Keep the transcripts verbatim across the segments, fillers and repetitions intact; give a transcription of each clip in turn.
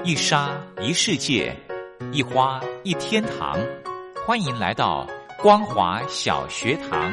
一沙一世界，一花一天堂。欢迎来到光华小学堂。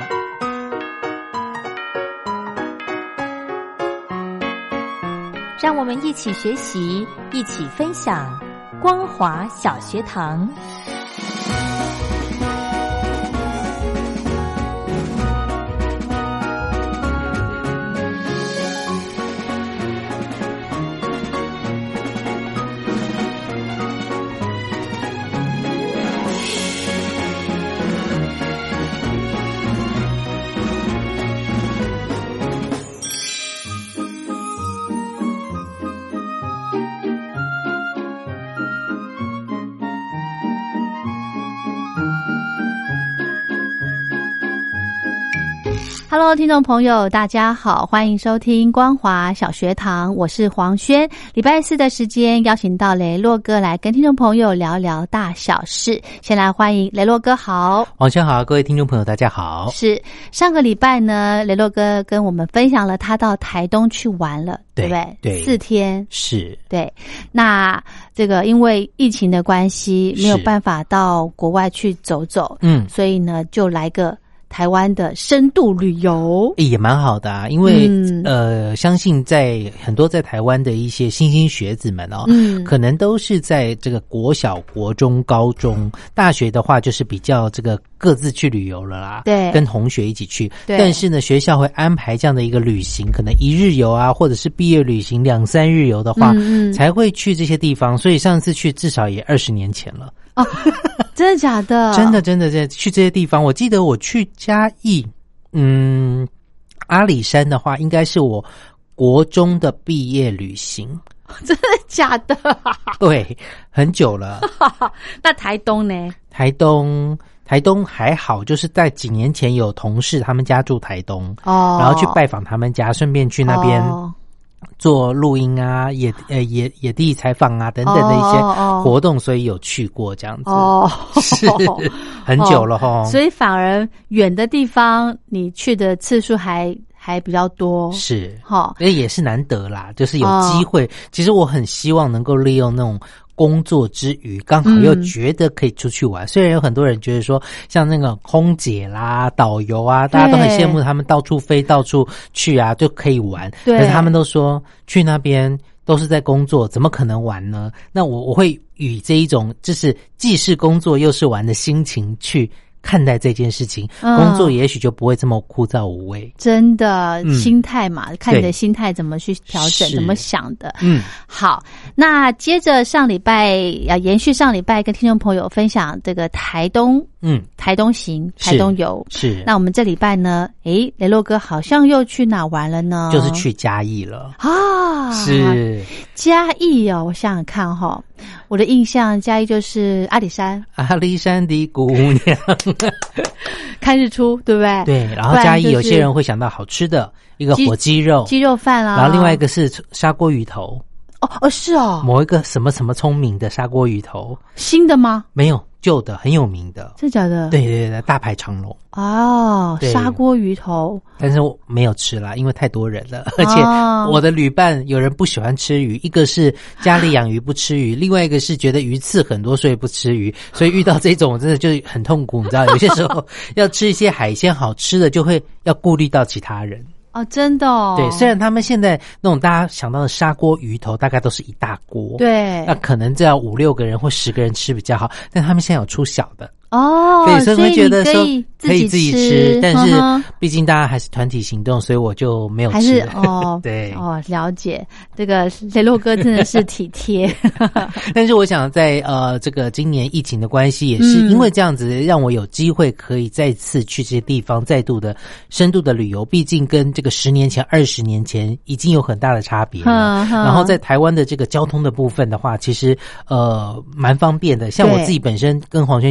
让我们一起学习，一起分享光华小学堂。Hello， 听众朋友，大家好，欢迎收听光华小学堂，我是黄轩。礼拜四的时间，邀请到雷洛哥来跟听众朋友聊聊大小事。先来欢迎雷洛哥好。 黄轩好，各位听众朋友大家好。 是上个礼拜呢，雷洛哥跟我们分享了他到台东去玩了， 对, 对不对？ 对， 四天。 是。 对，那这个因为疫情的关系，没有办法到国外去走走，嗯，所以呢，就来个台湾的深度旅游也蛮好的啊，因为、嗯、呃，相信在很多在台湾的一些新兴学子们哦，嗯，可能都是在这个国小、国中、高中、大学的话，就是比较这个各自去旅游了啦， 对， 跟同学一起去。对，但是呢，学校会安排这样的一个旅行，可能一日游啊，或者是毕业旅行两三日游的话，嗯嗯，才会去这些地方。所以上次去至少也二十年前了。 哦，真的假的？ 真的真的真的去这些地方，我记得我去嘉义，嗯，阿里山的话，应该是我国中的毕业旅行。 真的假的？ 对，很久了。 那台东呢？ 台东。台东还好，就是在几年前有同事他们家住台东，哦，然后去拜访他们家，顺便去那边做录音啊、野呃野野地采访啊等等的一些活动，哦哦，所以有去过这样子。哦，是很久了齁， 哦，所以反而远的地方你去的次数还还比较多， 是齁，所以也是难得啦，就是有机会。哦，其实我很希望能够利用那种工作之余刚好又觉得可以出去玩，嗯，虽然有很多人觉得说像那个空姐啦、导游啊，大家都很羡慕他们到处飞到处去啊就可以玩，可是他们都说去那边都是在工作，怎么可能玩呢？那我我会以这一种就是既是工作又是玩的心情去看待这件事情，嗯，工作也许就不会这么枯燥无味。 真的，嗯，心态嘛，看你的心态怎么去调整，怎么想的。嗯，好，那接着上礼拜要延续上礼拜跟听众朋友分享这个台东，嗯，台东行，台东游。是。那我们这礼拜呢，诶，雷洛哥好像又去哪玩了呢？ 就是去嘉义了。 啊， 是。 嘉义哦，我想想看哈，哦，我的印象嘉义就是阿里山， 阿里山的姑娘。 看日出，对不对？ 对，然后嘉义有些人会想到好吃的，一个火鸡肉、 鸡肉饭啊， 然后另外一个是砂锅鱼头。 哦哦，是哦， 某一个什么什么聪明的砂锅鱼头， 新的吗？ 没有，旧的，很有名的。 真的假的？ 对对对，大排长龙。 哦，砂锅鱼头， 但是我没有吃啦，因为太多人了，而且我的旅伴有人不喜欢吃鱼，一个是家里养鱼不吃鱼，另外一个是觉得鱼刺很多所以不吃鱼，所以遇到这种真的就很痛苦，你知道，有些时候要吃一些海鲜好吃的，就会要顾虑到其他人。 哦，真的哦。 对，虽然他们现在那种大家想到的砂锅鱼头大概都是一大锅， 对， 那可能这样五六个人或十个人吃比较好，但他们现在有出小的。 哦， 对，所以会觉得说可以可以自己吃，但是毕竟大家还是团体行动，所以我就没有吃。 还是哦， 对哦，了解。这个雷洛哥真的是体贴。 但是我想在呃这个今年疫情的关系，也是因为这样子，让我有机会可以再次去这些地方，再度的深度的旅游。毕竟跟这个十年前、二十年前已经有很大的差别了。然后在台湾的这个交通的部分的话，其实呃蛮方便的。像我自己本身跟黄轩讲，我很喜欢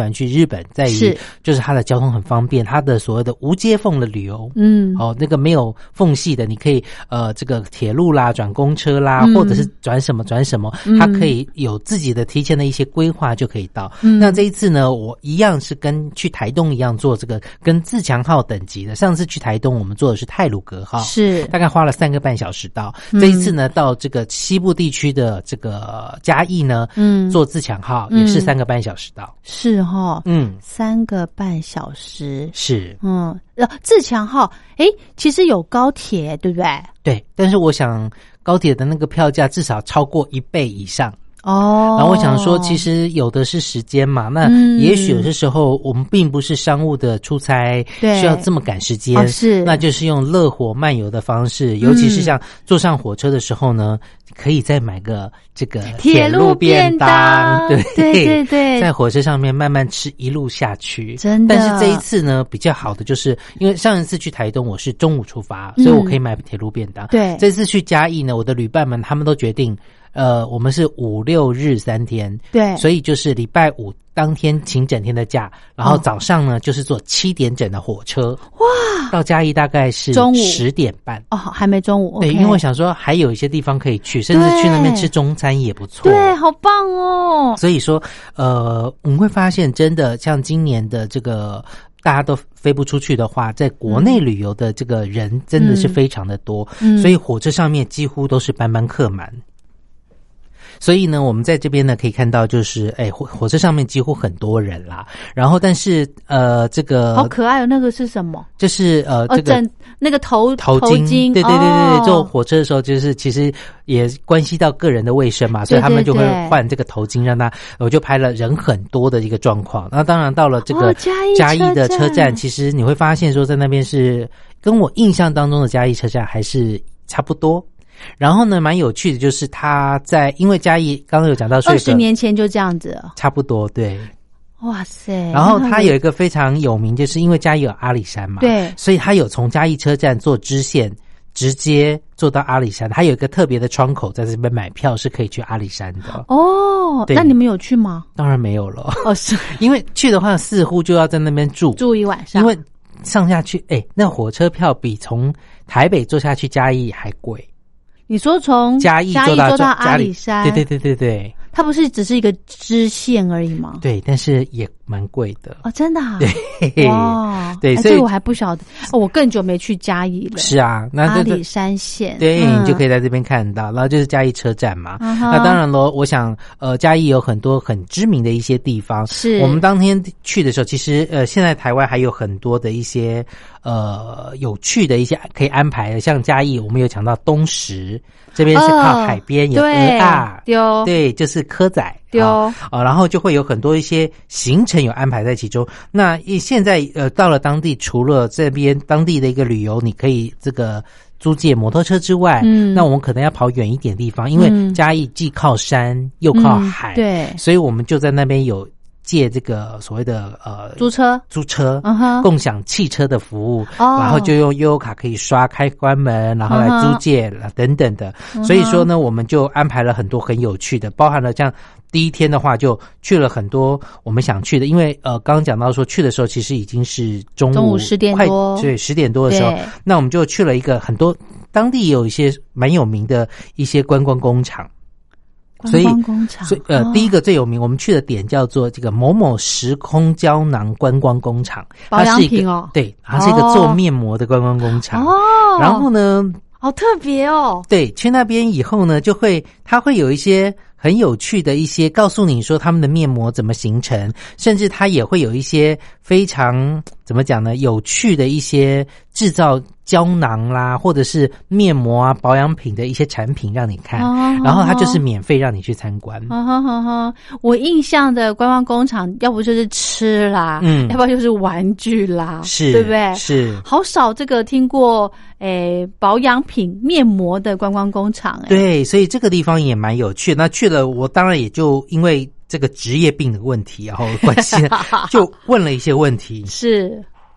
欢去日本，在于就是它的交通很方便，它的所谓的无接缝的旅游，嗯，哦，那个没有缝隙的，你可以呃这个铁路啦，转公车啦，嗯、或者是转什么转什么，它可以有自己的提前的一些规划就可以到。嗯、那这一次呢，我一样是跟去台东一样做这个跟自强号等级的。上次去台东我们做的是太鲁阁号，是大概花了三个半小时到。嗯、这一次呢，到这个西部地区的这个嘉义呢，嗯，坐自强号也是三个半小时到。 是哈，嗯，三个半小时是， 嗯，自强号，诶，其实有高铁，对不对？ 对，但是我想高铁的那个票价至少超过一倍以上。哦，然后我想说，其实有的是时间嘛，那也许有些时候我们并不是商务的出差，需要这么赶时间，哦、是，那就是用乐活漫游的方式，尤其是像坐上火车的时候呢，可以再买个这个铁路便当，对对对对， 在火车上面慢慢吃，一路下去， 真的。 但是这一次呢，比较好的就是因为上一次去台东我是中午出发，所以我可以买铁路便当。对，这次去嘉义呢，我的旅伴们他们都决定。呃，我们是五六日三天，对，所以就是礼拜五当天请整天的假，然后早上呢、哦、就是坐七点整的火车，哇，到嘉义大概是中午十点半哦，还没中午， 对， okay 因为我想说还有一些地方可以去，甚至去那边吃中餐也不错， 对，好棒哦。 所以说，呃，我们会发现真的像今年的这个。大家都飞不出去的话，在国内旅游的这个人真的是非常的多，嗯、所以火车上面几乎都是班班客满。所以呢，我们在这边呢可以看到，就是哎，火火车上面几乎很多人啦。然后，但是呃，这个好可爱哦，那个是什么？ 就是呃，这个、 哦、那个头头巾，对对对对对，坐、哦、火车的时候，就是其实也关系到个人的卫生嘛，所以他们就会换这个头巾，让他我就拍了人很多的一个状况。那当然到了这个嘉义的车站，其实你会发现说，在那边是跟我印象当中的嘉义车站还是差不多。然后呢，蛮有趣的，就是他在因为嘉义刚刚有讲到， 二十年前就这样子了， 差不多对。 哇塞！ 然后他有一个非常有名，就是因为嘉义有阿里山嘛，对，所以他有从嘉义车站坐支线直接坐到阿里山，他有一个特别的窗口，在这边买票是可以去阿里山的。 哦，那你们有去吗？ 当然没有了。 哦，是因为去的话似乎就要在那边住住一晚上， 因为上下去，哎，那火车票比从台北坐下去嘉义还贵。 你说从嘉义坐到阿里山， 对对对对对， 它不是只是一个支线而已吗？ 对，但是也蛮贵的哦，真的啊？ 对， 哇， 对， 所以我还不晓得哦，我更久没去嘉义了。 是啊，那阿里山线， 对、嗯、你就可以在这边看到，然后就是嘉义车站嘛。嗯、那当然咯，我想呃，嘉义有很多很知名的一些地方，是我们当天去的时候，其实呃，现在台湾还有很多的一些呃有趣的一些可以安排的，像嘉义，我们有讲到东石。这边是靠海边，有鹅啊，对，对，就是蚵仔，对哦，然后就会有很多一些行程有安排在其中。那现在呃到了当地，除了这边当地的一个旅游，你可以这个租借摩托车之外，嗯，那我们可能要跑远一点地方，因为嘉义既靠山又靠海，嗯、对，所以我们就在那边有。借这个所谓的呃租车租车、uh-huh. 共享汽车的服务、oh. 然后就用悠游卡可以刷开关门，然后来租借、uh-huh. 等等的、uh-huh. 所以说呢我们就安排了很多很有趣的，包含了像第一天的话就去了很多我们想去的，因为呃刚刚讲到说去的时候其实已经是中午中午十点多， 对，十点多的时候，那我们就去了一个很多当地有一些蛮有名的一些观光工厂。所以，所以呃、哦，第一个最有名，我们去的点叫做这个某某时空胶囊观光工厂， 保养品哦， 对，它是一个做面膜的观光工厂。哦，然后呢， 好特别哦。 对，去那边以后呢，就会它会有一些很有趣的一些，告诉你说他们的面膜怎么形成，甚至它也会有一些非常怎么讲呢，有趣的一些制造。胶囊啦，或者是面膜啊、保养品的一些产品让你看，哦、然后它就是免费让你去参观。 哦哦哦、我印象的观光工厂，要不就是吃啦，嗯，要不然就是玩具啦， 是， 对不对？ 是， 好少这个听过诶保养品、面膜的观光工厂。诶对，所以这个地方也蛮有趣的。那去了，我当然也就因为这个职业病的问题，然后关系就问了一些问题。 是。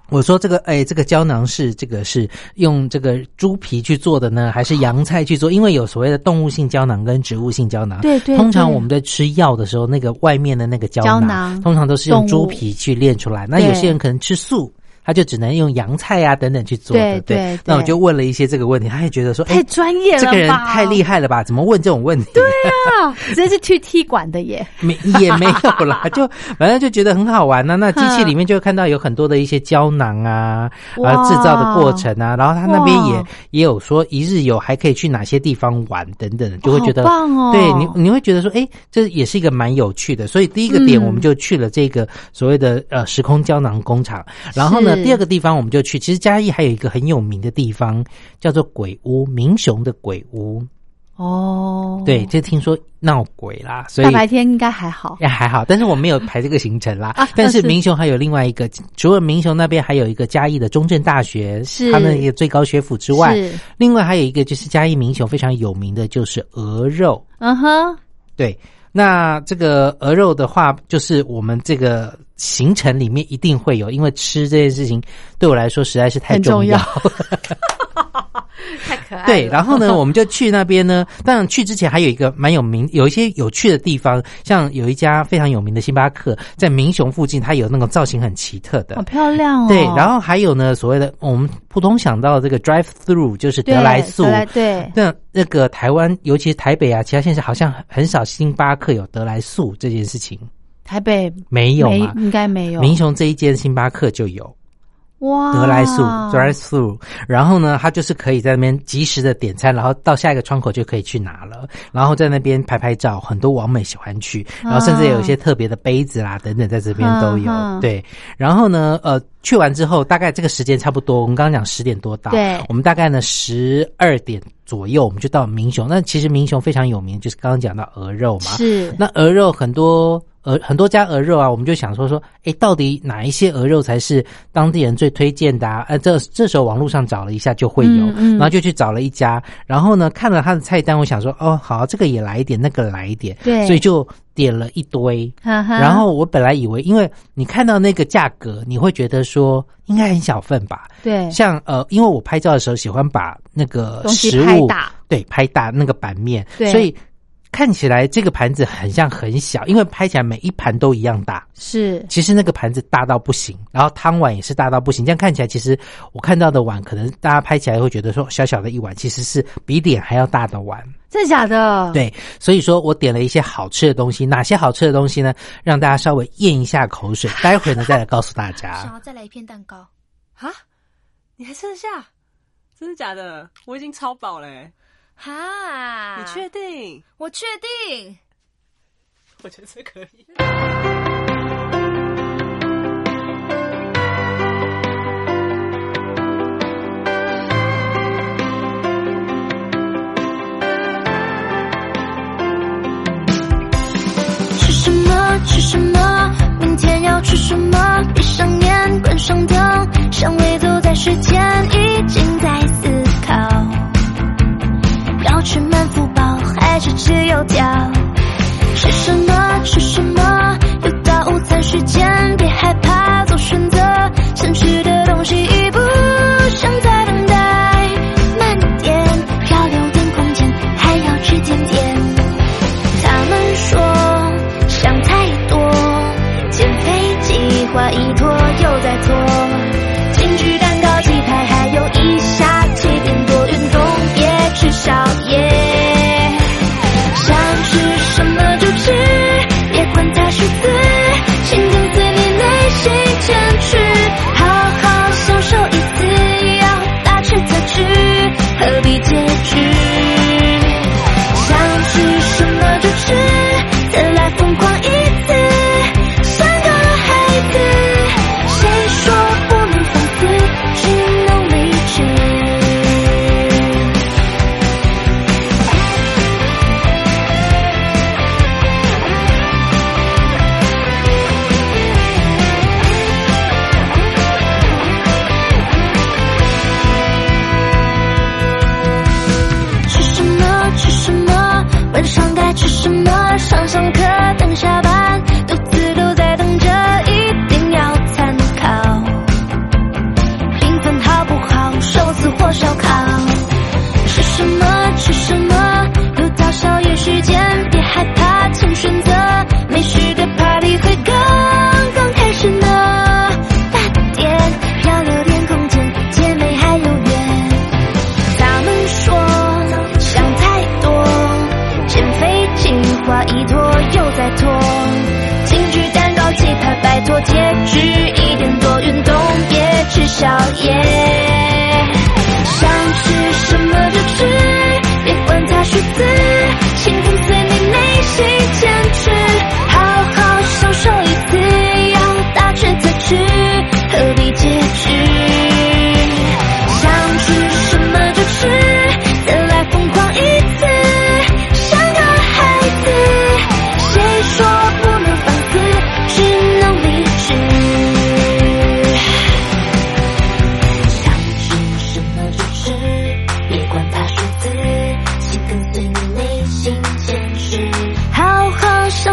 我说这个哎，这个胶囊是这个是用这个猪皮去做的呢，还是洋菜去做？因为有所谓的动物性胶囊跟植物性胶囊。 对 对, 对。 通常我们在吃药的时候，那个外面的那个胶囊，胶囊通常都是用猪皮去炼出来。那有些人可能吃素，他就只能用洋菜啊等等去做的。 对 对, 对。 那我就问了一些这个问题，他也觉得说， 太专业了吧， 这个人太厉害了吧？怎么问这种问题？ 对啊，真是去踢馆的耶。 没也没有啦，就反正就觉得很好玩啊。那机器里面就会看到有很多的一些胶囊啊，然后制造的过程啊，然后他那边也也有说一日游还可以去哪些地方玩等等，就会觉得、 哦、好棒哦。 对你你会觉得说，哎，这也是一个蛮有趣的。所以第一个点我们就去了这个所谓的呃时空胶囊工厂，然后呢第二个地方我们就去，其实嘉义还有一个很有名的地方叫做鬼屋，民雄的鬼屋。 哦， 对，就听说闹鬼啦，所以大白天应该还好， 也还好，但是我没有排这个行程啦。 啊、 但是民雄还有另外一个，除了民雄那边还有一个嘉义的中正大学，是他们一个最高学府之外，另外还有一个就是嘉义民雄非常有名的就是鹅肉。 嗯哼， 对，那这个鹅肉的话，就是我们这个行程里面一定会有，因为吃这件事情对我来说实在是太重要了。 太可爱了。 对，然后呢，我们就去那边呢。当然，去之前还有一个蛮有名，有一些有趣的地方，像有一家非常有名的星巴克，在民雄附近，它有那种造型很奇特的， 好漂亮哦。 对，然后还有呢，所谓的我们普通想到这个 drive through 就是得来速， 对，对。 那那个台湾，尤其是台北啊，其他县市好像很少星巴克有得来速这件事情。 台北没有嘛？ 应该没有。 民雄这一间星巴克就有。 哇， 得来速 drive through， 然后呢，他就是可以在那边及时的点餐，然后到下一个窗口就可以去拿了，然后在那边拍拍照，很多网美喜欢去，然后甚至有一些特别的杯子啦等等在这边都有，嗯、对。然后呢，呃，去完之后大概这个时间差不多，我们刚刚讲十点多到， 对， 我们大概呢十二点左右我们就到民雄。那其实民雄非常有名，就是刚刚讲到鹅肉嘛， 是。那鹅肉很多。鹅很多家鹅肉啊，我们就想说说，诶，到底哪一些鹅肉才是当地人最推荐的啊？呃，这这时候网络上找了一下就会有，嗯嗯、然后就去找了一家，然后呢看了他的菜单，我想说，哦，好，这个也来一点，那个来一点， 对， 所以就点了一堆。 哈哈， 然后我本来以为，因为你看到那个价格，你会觉得说应该很小份吧？ 对， 像呃，因为我拍照的时候喜欢把那个食物拍大， 对，拍大那个版面， 对， 所以。看起来这个盘子很像很小，因为拍起来每一盘都一样大。 是， 其实那个盘子大到不行，然后汤碗也是大到不行。这样看起来，其实我看到的碗，可能大家拍起来会觉得说小小的一碗，其实是比脸还要大的碗。 真的假的？ 对，所以说我点了一些好吃的东西。哪些好吃的东西呢？让大家稍微咽一下口水，待会呢再来告诉大家。 想要再来一片蛋糕啊？你还吃得下？真的假的？我已经超饱了欸。 哈， 你确定？ 我确定。 我觉得这可以。 吃什么？吃什么？明天要吃什么？闭上眼，关上灯，香味走在时间，已经在思考。要吃满福包还是吃油条？吃什么吃什么？又到午餐时间，别害怕做选择，想吃的东西已不想再等待。慢点，要留点空间，还要吃甜点。他们说想太多，减肥计划一拖又再拖，精致蛋糕鸡排还有一下七点多，运动别吃宵夜，想吃什么就吃，别管它是字，心跟随你内心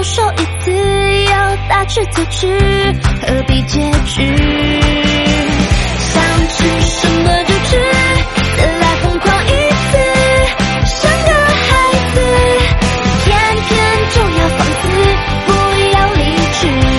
手一次要大吃特吃，何必戒指？想吃什么就吃，再来疯狂一次，像个孩子，偏偏就要放肆，不要理智。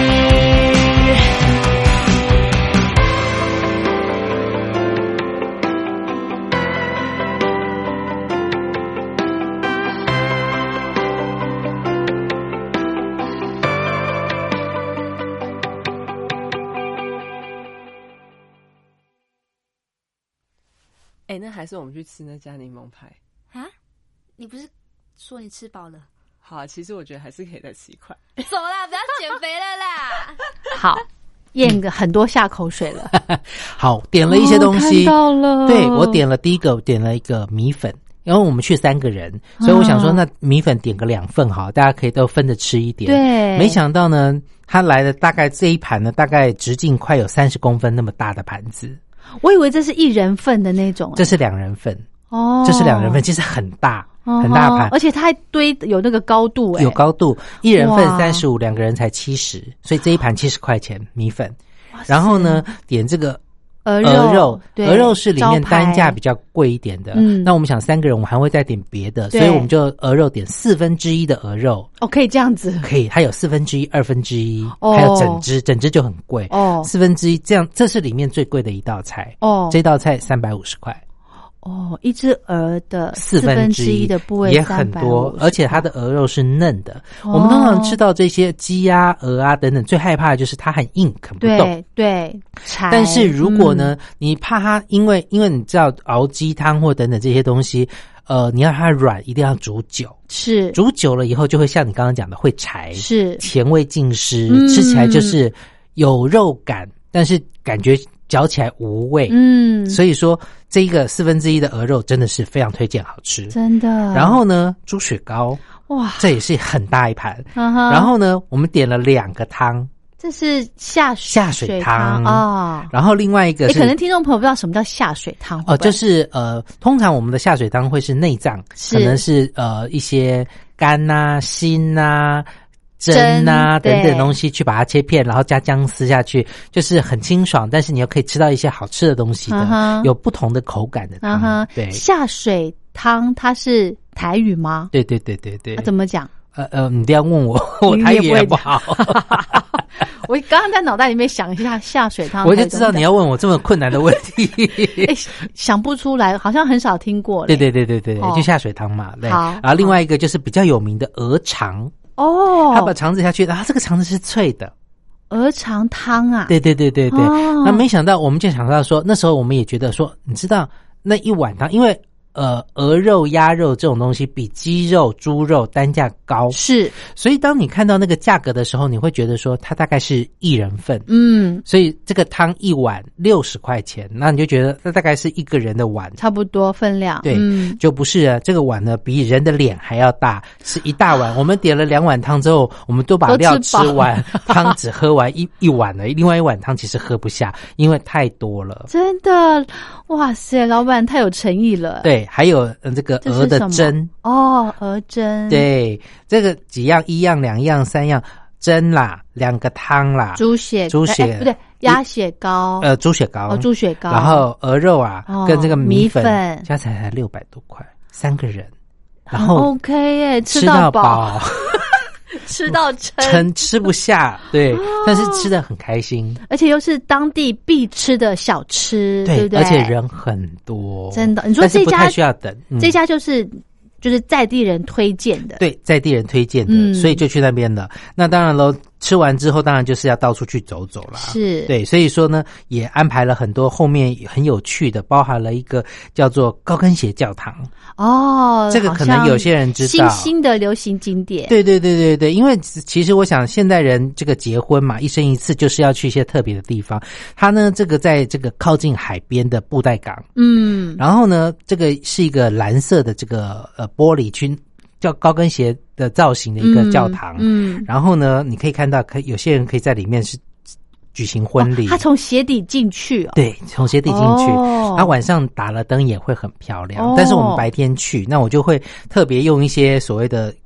哎、欸，那还是我们去吃那家柠檬派啊？你不是说你吃饱了？ 好啊，其实我觉得还是可以再吃一块。 走啦，不要减肥了啦！ 好，咽个很多下口水了。 好，点了一些东西， 哦、看到了。 对，我点了第一个，点了一个米粉。然后我们去三个人，所以我想说，那米粉点个两份好，大家可以都分着吃一点。 对， 没想到呢，他来的大概这一盘呢，大概直径快有三十公分那么大的盘子。 我以为这是一人份的那种、欸， 这是两人份哦， 这是两人份，其实很大、哦、很大盘， 而且它还堆有那个高度、欸， 有高度，一人份三十五，两个人才七十，所以这一盘七十块钱米粉。然后呢，点这个鹅肉， 鹅肉，鹅肉是里面单价比较贵一点的。嗯，那我们想三个人，我们还会再点别的，所以我们就鹅肉点四分之一的鹅肉。 哦，可以这样子， 可以，它有四分之一、二分之一，还有整只，整只就很贵。哦，四分之一这样，这是里面最贵的一道菜。哦，这道菜三百五十块。 哦，一只鹅的四分之一的部位也很多，而且它的鹅肉是嫩的。哦、我们通常吃到这些鸡啊、鹅啊等等，最害怕的就是它很硬，啃不动。 对对， 但是如果呢，嗯、你怕它，因为因为你知道熬鸡汤或等等这些东西，呃，你要它软，一定要煮久。 是， 煮久了以后，就会像你刚刚讲的，会柴， 是甜味尽失，嗯、吃起来就是有肉感，但是感觉嚼起来无味。嗯，所以说这一个四分之一的鹅肉真的是非常推荐，好吃， 真的。 然后呢，猪血糕，哇，这也是很大一盘。Uh-huh. 然后呢，我们点了两个汤。 这是下下水汤哦， 然后另外一个是， 可能听众朋友不知道什么叫下水汤哦，就是呃，通常我们的下水汤会是内脏，可能是呃一些肝啊、心啊、针啊等等东西去把它切片，然后加姜丝下去，就是很清爽，但是你又可以吃到一些好吃的东西的， uh-huh. 有不同的口感的汤。Uh-huh. 对， 下水汤它是台语吗？ 对对对对对， 啊、怎么讲？ 呃呃，你不要问我，我台语也不好。 我刚刚在脑袋里面想一下下水汤， 我就知道你要问我这么困难的问题。 欸、想不出来，好像很少听过。 对对对对对，哦、就下水汤嘛。对，好，然后另外一个就是比较有名的鹅肠哦，他把肠子下去，然后这个肠子是脆的。 鹅肠汤啊？ 对对对对对。哦、那没想到，我们就想到说，那时候我们也觉得说，你知道那一碗汤，因为。呃，鹅肉、鸭肉这种东西比鸡肉、猪肉单价高， 是， 所以当你看到那个价格的时候，你会觉得说它大概是一人份，嗯，所以这个汤一碗六十块钱，那你就觉得这大概是一个人的碗， 差不多分量， 对，嗯、就不是啊，这个碗呢比人的脸还要大，是一大碗。我们点了两碗汤之后，我们都把料吃完，汤只喝完一一碗了，另外一碗汤其实喝不下，因为太多了， 真的，哇塞，老板太有诚意了， 对。还有这个鹅的胗哦，鹅胗， 对，这个几样，一样、两样、三样，胗啦，两个汤啦， 猪血， 猪血、欸、 不对，鸭血糕， 呃，猪血糕， 哦，猪血糕， 然后鹅肉啊，哦、跟这个米粉， 米粉加起来才六百多块，三个人，然后 OK 耶， 吃到饱。 吃到撑撑吃不下，对、哦，但是吃得很开心， 而且又是当地必吃的小吃， 对, 对不对？ 而且人很多， 真的。你说这家不太需要等，嗯、 这家就是就是在地人推荐的， 对，在地人推荐的，嗯、所以就去那边了。那当然喽。吃完之后当然就是要到处去走走啦， 是， 对，所以说呢也安排了很多后面很有趣的，包含了一个叫做高跟鞋教堂哦， 这个可能有些人知道， 新兴的流行景点， 对对对对对，因为其实我想现代人这个结婚嘛，一生一次就是要去一些特别的地方，他呢这个在这个靠近海边的布袋港，嗯，然后呢这个是一个蓝色的这个呃玻璃区。叫高跟鞋的造型的一个教堂，嗯，嗯然后呢，你可以看到，可有些人可以在里面是举行婚礼， 哦、他从鞋底进去、哦， 对，从鞋底进去，哦、然后晚上打了灯也会很漂亮、哦。但是我们白天去，那我就会特别用一些所谓的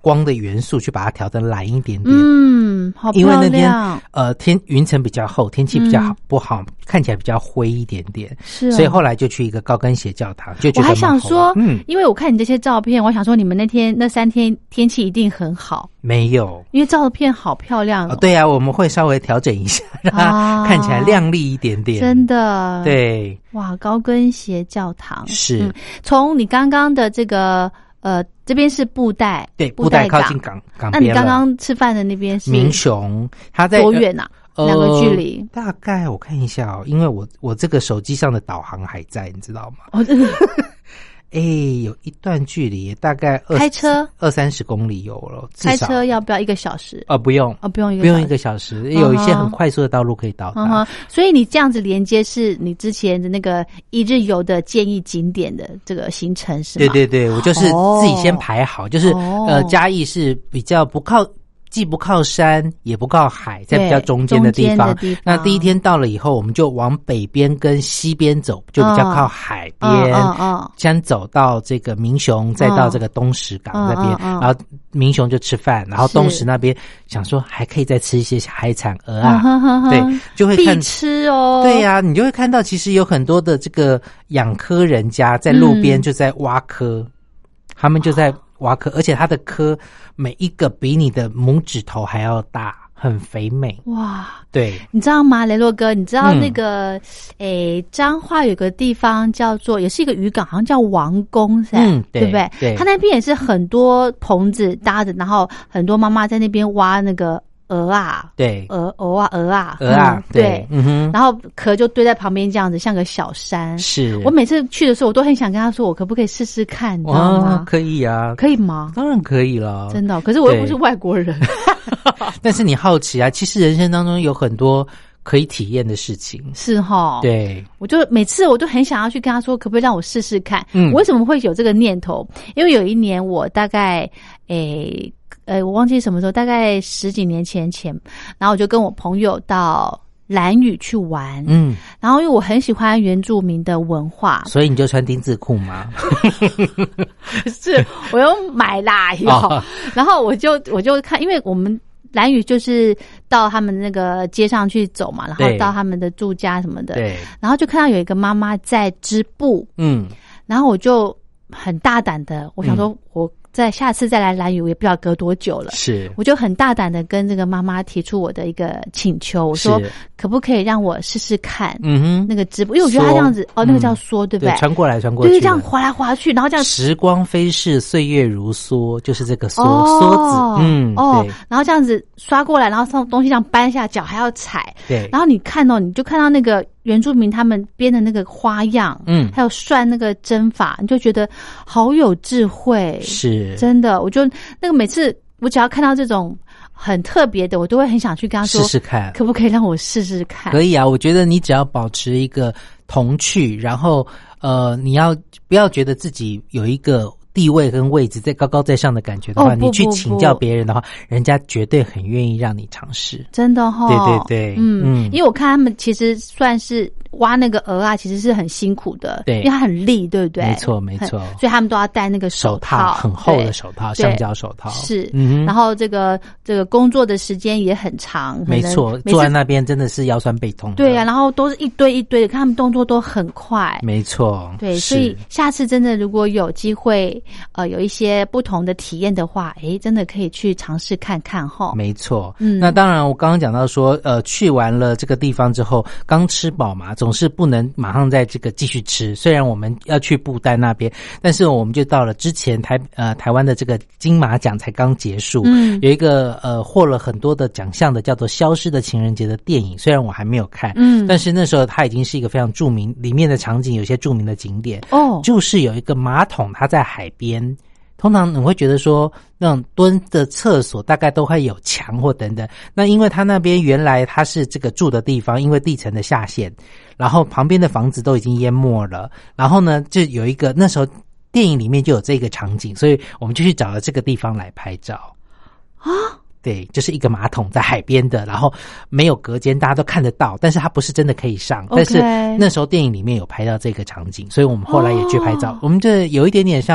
光的元素去把它调得蓝一点点。 嗯，好漂亮。 因为那天呃天云层比较厚，天气比较好、嗯、不好，看起来比较灰一点点。 是、哦， 所以后来就去一个高跟鞋教堂，就觉得我还想说， 嗯， 因为我看你这些照片，我想说你们那天那三天天气一定很好。 没有， 因为照片好漂亮哦。 哦对啊，我们会稍微调整一下，让它看起来亮丽一点点。 啊、真的， 对， 哇，高跟鞋教堂是。 嗯、从你刚刚的这个呃，这边是布袋， 对，布袋靠近港港边了。 那你刚刚吃饭的那边是民雄，它在多远啊？呃、两个距离大概我看一下哦，因为我我这个手机上的导航还在，你知道吗？ 哦，真的。 哎，有一段距离，大概二开车二三十公里有了。 开车要不要一个小时？ 哦，不用， 哦，不用一个不用一个小时，uh-huh. 有一些很快速的道路可以到达。 Uh-huh. 所以你这样子连接是你之前的那个一日游的建议景点的这个行程是吗？ 对对对，我就是自己先排好，哦、就是呃，嘉义是比较不靠。既不靠山也不靠海，在比较中间的地方。 地方那第一天到了以后，我们就往北边跟西边走，就比较靠海边。 嗯嗯、 先走到这个民雄，再到这个东石港那边， 嗯嗯嗯、 然后民雄就吃饭，然后东石那边想说还可以再吃一些海产鹅啊， 嗯、 对，就会看必吃哦。 对呀、啊，你就会看到其实有很多的这个养科人家在路边就在挖科，嗯、他们就在。挖科，而且它的科每一个比你的拇指头还要大，很肥美。 哇， 对， 你知道吗，雷洛哥？你知道那个诶，彰化有个地方叫做，也是一个渔港，好像叫王宫，是吧？ 嗯，对， 对不对？ 对， 它那边也是很多棚子搭着，然后很多妈妈在那边挖那个。鹅啊， 对， 鹅鹅啊，鹅啊， 鹅啊， 嗯、对， 嗯哼， 然后壳就堆在旁边，这样子像个小山。 是我每次去的时候，我都很想跟他说，我可不可以试试看，你知道吗？ 可以啊， 可以吗？ 当然可以了， 真的。可是我又不是外国人。 但是你好奇啊，其实人生当中有很多可以体验的事情， 是齁。 对， 我就每次我都很想要去跟他说，可不可以让我试试看？ 嗯， 我为什么会有这个念头？因为有一年我大概诶。呃，我忘记什么时候，大概十几年前前，然后我就跟我朋友到兰屿去玩， 嗯， 然后因为我很喜欢原住民的文化， 所以你就穿丁字裤吗？ 是，我又买啦，有，哦、然后我就我就看，因为我们兰屿就是到他们那个街上去走嘛，然后到他们的住家什么的， 对， 然后就看到有一个妈妈在织布， 嗯， 然后我就很大胆的，我想说我。在下次再来兰屿，我也不知道隔多久了。 是， 我就很大胆的跟这个妈妈提出我的一个请求，我说可不可以让我试试看，嗯哼，那个织布，因为我觉得他这样子，哦，那个叫梭，对不对？ 对，穿过来穿过去， 就是这样滑来滑去，然后这样。 时光飞逝，岁月如梭，就是这个梭哦、 梭子，嗯， 哦，然后这样子刷过来，然后上东西这样搬下，脚还要踩， 对， 然后你看哦，你就看到那个原住民他们编的那个花样，嗯，还有涮那个针法，你就觉得好有智慧， 是真的，我就。那个每次我只要看到这种很特别的，我都会很想去跟他说试试看， 可不可以让我试试看？ 可以啊，我觉得你只要保持一个童趣，然后呃，你要不要觉得自己有一个地位跟位置在高高在上的感觉的话， 哦、 你去请教别人的话，人家绝对很愿意让你尝试。 真的齁， 对对对， 嗯嗯，因为我看他们其实算是挖那个鹅啊，其实是很辛苦的， 对， 因为它很利，对不对？ 没错没错， 所以他们都要戴那个手套， 很厚的手套，橡胶手套是， 嗯， 然后这个这个工作的时间也很长， 没错，坐在那边真的是腰酸背痛的。 对啊，然后都是一堆一堆的，看他们动作都很快， 没错， 对，所以下次真的如果有机会，呃，有一些不同的体验的话，诶，真的可以去尝试看看齁。 没错，嗯，那当然，我刚刚讲到说，呃，去完了这个地方之后，刚吃饱嘛，总是不能马上在这个继续吃。虽然我们要去布袋那边，但是我们就到了之前台呃台湾的这个金马奖才刚结束，嗯，有一个呃获了很多的奖项的叫做《消失的情人节》的电影，虽然我还没有看，嗯，但是那时候它已经是一个非常著名，里面的场景有些著名的景点哦，就是有一个马桶，它在海边。通常你会觉得说那种蹲的厕所大概都会有墙或等等，那因为它那边原来它是这个住的地方，因为地层的下陷，然后旁边的房子都已经淹没了，然后呢就有一个那时候电影里面就有这个场景，所以我们就去找了这个地方来拍照啊。对，就是一个马桶在海边的，然后没有隔间，大家都看得到，但是它不是真的可以上。Okay. 但是那时候电影里面有拍到这个场景，所以我们后来也去拍照。Oh. 我们这有一点点像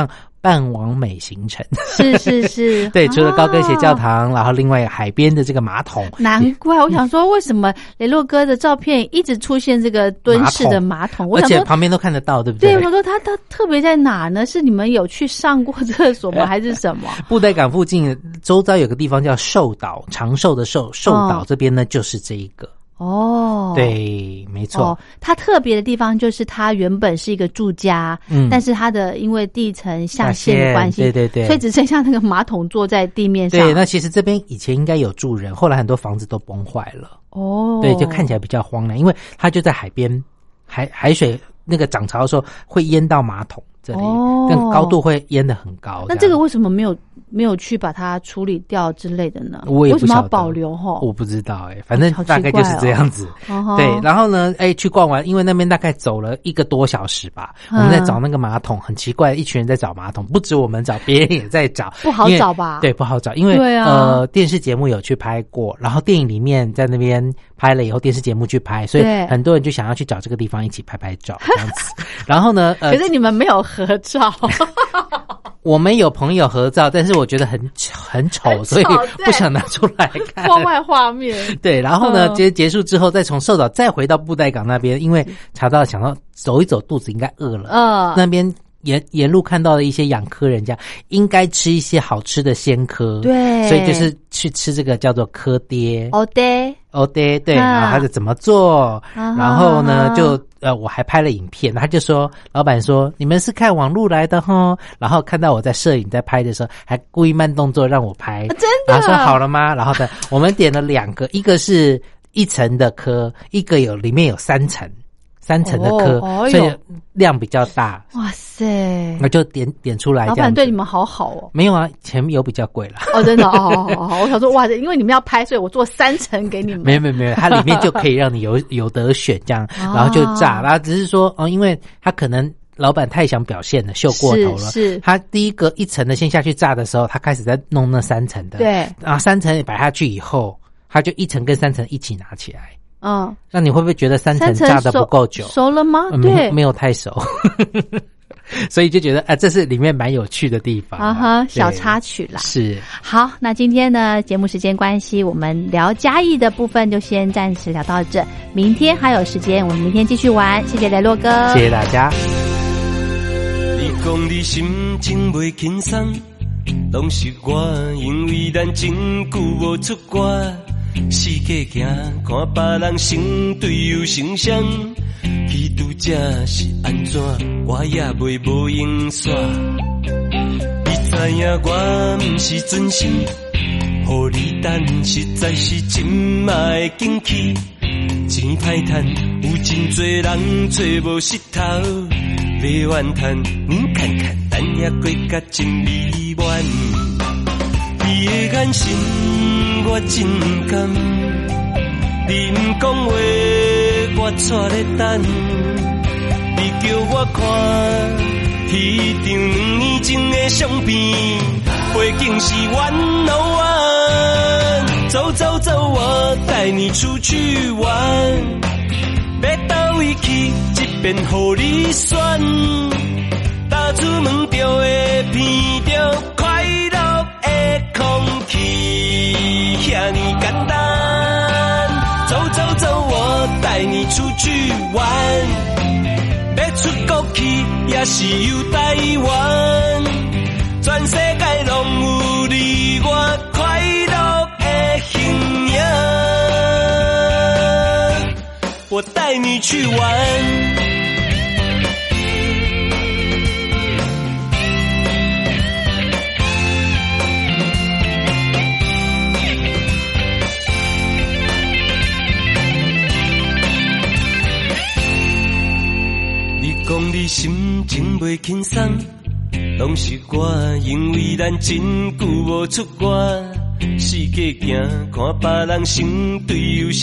半完美行程。 是是是， 对，除了高跟鞋教堂，啊、然后另外海边的这个马桶。 难怪我想说，为什么雷洛哥的照片一直出现这个蹲式的马桶？我而想说且旁边都看得到，对不对？ 对，我说他他特别在哪呢？是你们有去上过厕所吗？还是什么？ 布袋港附近周遭有个地方叫寿岛，长寿的寿，寿岛这边呢就是这一个。哦，对，没错。哦， 它特别的地方就是它原本是一个住家，嗯，但是它的因为地层下陷的关系， 对对对， 所以只剩下那个马桶坐在地面上。 对，那其实这边以前应该有住人，后来很多房子都崩坏了。哦，对，就看起来比较荒凉，因为它就在海边，海海水那个涨潮的时候会淹到马桶这里，哦，更高度会淹得很高。 那这个为什么没有没有去把它处理掉之类的呢？ 我也不晓得， 为什么要保留齁？ 我不知道哎、欸，反正大概就是这样子。哦、对，然后呢，哎、欸，去逛完，因为那边大概走了一个多小时吧，嗯、我们在找那个马桶，很奇怪，一群人在找马桶，不止我们找，别人也在找， 不好找吧？ 对，不好找，因为对、啊、呃，电视节目有去拍过，然后电影里面在那边拍了以后，电视节目去拍，所以很多人就想要去找这个地方一起拍拍照这样子。然后呢，呃， 可是你们没有合照。 我们有朋友合照，但是我觉得很很丑，所以不想拿出来看。 破坏画面。对， 然后呢，结、嗯、结束之后，再从寿岛再回到布袋港那边，因为查到想到走一走，肚子应该饿了。嗯，那边沿沿路看到的一些养科人家，应该吃一些好吃的鲜科。对，所以就是去吃这个叫做科爹。 哦爹。 哦对对，然后他就怎么做，啊、然后呢就呃我还拍了影片，他就说老板说你们是看网路来的齁，然后看到我在摄影在拍的时候，还故意慢动作让我拍， 啊、真的， 然后说好了吗？然后呢我们点了两个，一个是一层的科，一个有里面有三层。三层的科，哦、所以量比较大。哇塞！那就点点出来。 老板对你们好好哦。 没有啊，钱有比较贵了。 哦，真的哦，好好。我想说，哇，因为你们要拍，所以我做三层给你们。 没有没有没有，它里面就可以让你有有得选这样，然后就炸。然后只是说，哦，因为他可能老板太想表现了，秀过头了。是。是他第一个一层的先下去炸的时候，他开始在弄那三层的。对。然后三层摆下去以后，他就一层跟三层一起拿起来。嗯，那你会不会觉得三层炸得不够久？ 熟了吗？ 嗯、对，没有太熟，所以就觉得啊、呃，这是里面蛮有趣的地方啊哈，小插曲啦。 是， 好，那今天呢，节目时间关系，我们聊嘉义的部分就先暂时聊到这，明天还有时间，我们明天继续玩。谢谢雷洛哥， 谢谢大家。 你讲你心情袂轻松，拢是我，因为咱真久无出歌。世界行，看别人成对有成双，去拄则是安怎，我也袂无用煞。你知影我毋是真心，予你等实在是真嘛会惊气。钱歹趁，有真多人找无石头要怨叹，恁看看咱也过甲真美满。你的眼神我真感，你不讲话我带咧等，你叫我看迄张两年前的相片，背景是弯路弯，走走走我带你出去玩，要到位去这边予你选，踏出门就会闻到快乐的空气，遐尼简单。走走走，我带你出去玩，要出国去也是游台湾，全世界拢有你我快乐的形影，我带你去玩。讲你心情袂轻松，拢是我，因为咱真久无出歌。世界行，看别人成对有